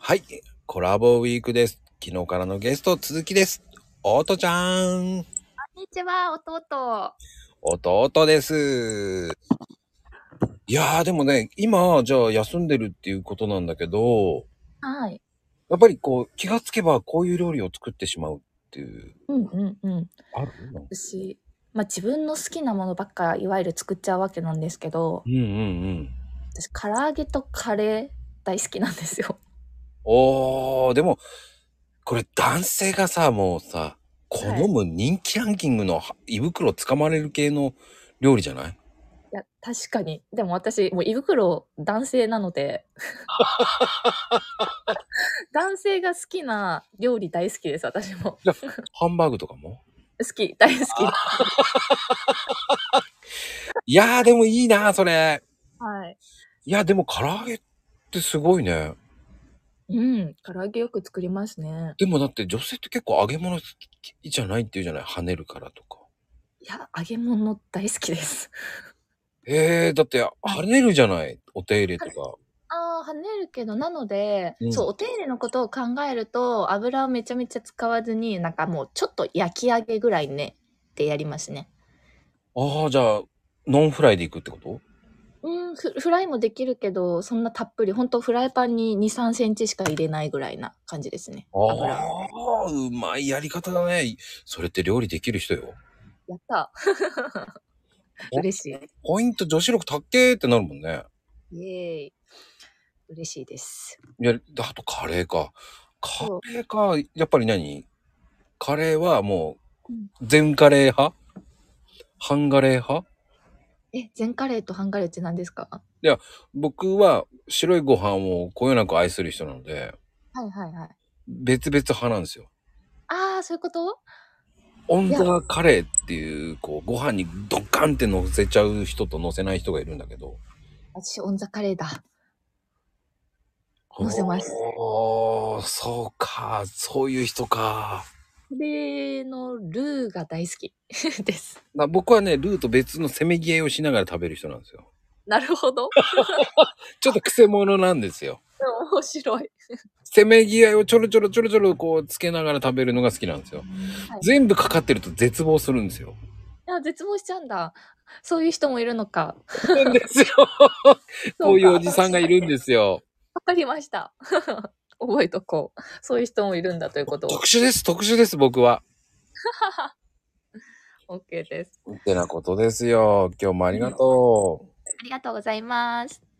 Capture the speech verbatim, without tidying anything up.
はい、コラボウィークです。昨日からのゲスト続きです。おとちゃん。 こんにちは、弟。 弟です。いやーでもね、今じゃあ休んでるっていうことなんだけど、 はい。 やっぱりこう気がつけばこういう料理を作ってしまうっていう、 うんうんうん。 あるなんか私、まあ、自分の好きなものばっかいわゆる作っちゃうわけなんですけど、 うんうんうん。 私唐揚げとカレー大好きなんですよ。 おー、でもこれ男性がさ、もうさ、好はい。 む人気ランキングの胃袋つかまれる系の料理じゃない？ いや、確かに。でも私、もう胃袋男性なので、男性が好きな料理大好きです、私も。 じゃあ、ハンバーグとかも？ 好き、大好き。 いやーでもいいな、それ。 はい。 いや、でも唐揚げってすごいね。 うん、唐揚げよく作りますね。 でもだって女性って結構揚げ物好きじゃないっていうじゃない？跳ねるからとか。 いや、揚げ物大好きです。 えー、だってはい。 跳ねるじゃない？お手入れとか。 ああ、跳ねるけど、なので、 うん。 そう、お手入れのことを考えると、油をめちゃめちゃ使わずに、なんかもうちょっと焼き上げぐらいね、ってやりますね。 ああ、じゃあ、ノンフライでいくってこと？ うん、フフライもできるけど、そんなたっぷり、ほんとフライパンにに、さんセンチしか入れないぐらいな感じですね、油。 ああ、うまいやり方だね。それって料理できる人よ。 やった。 ポ嬉しい。 ポイント女子力たっけーってなるもんね。 イエーイ。嬉しいです。 いや、あとカレーか。カそう。 レーか。やっぱり何？カレーはもうん。 う、全カレー派？半カレー派？ え、全カレーと半カレーって何ですか？ いや、僕は白いご飯をこよなく愛する人なので、 はいはいはい。 別々派なんですよ。 ああ、そういうこと？ オンいや、 ザカレーっていう、こう、ご飯にドッカンって乗せちゃう人と乗せない人がいるんだけど。 私オンザカレーだ。乗せます。 おー、そうか、そういう人か。 カレーのルーが大好きです。 な僕はね、ルーと別のせめぎ合いをしながら食べる人なんですよ。 なるほど。 ちょっと癖者なんですよ。 面白い。 せめぎ合いをちょろちょろちょろちょろこうつけながら食べるのが好きなんですよ。 はい。 全部かかってると絶望するんですよ。 いや、絶望しちゃうんだ。そういう人もいるのか。 いるんですよ。こそうか、 ういうおじさんがいるんですよ。 わかりました。覚えとこう。そういう人もいるんだということを。 特殊です、特殊です、僕は。 OK です。 ってなことですよ。今日もありがとう。 ありがとうございます。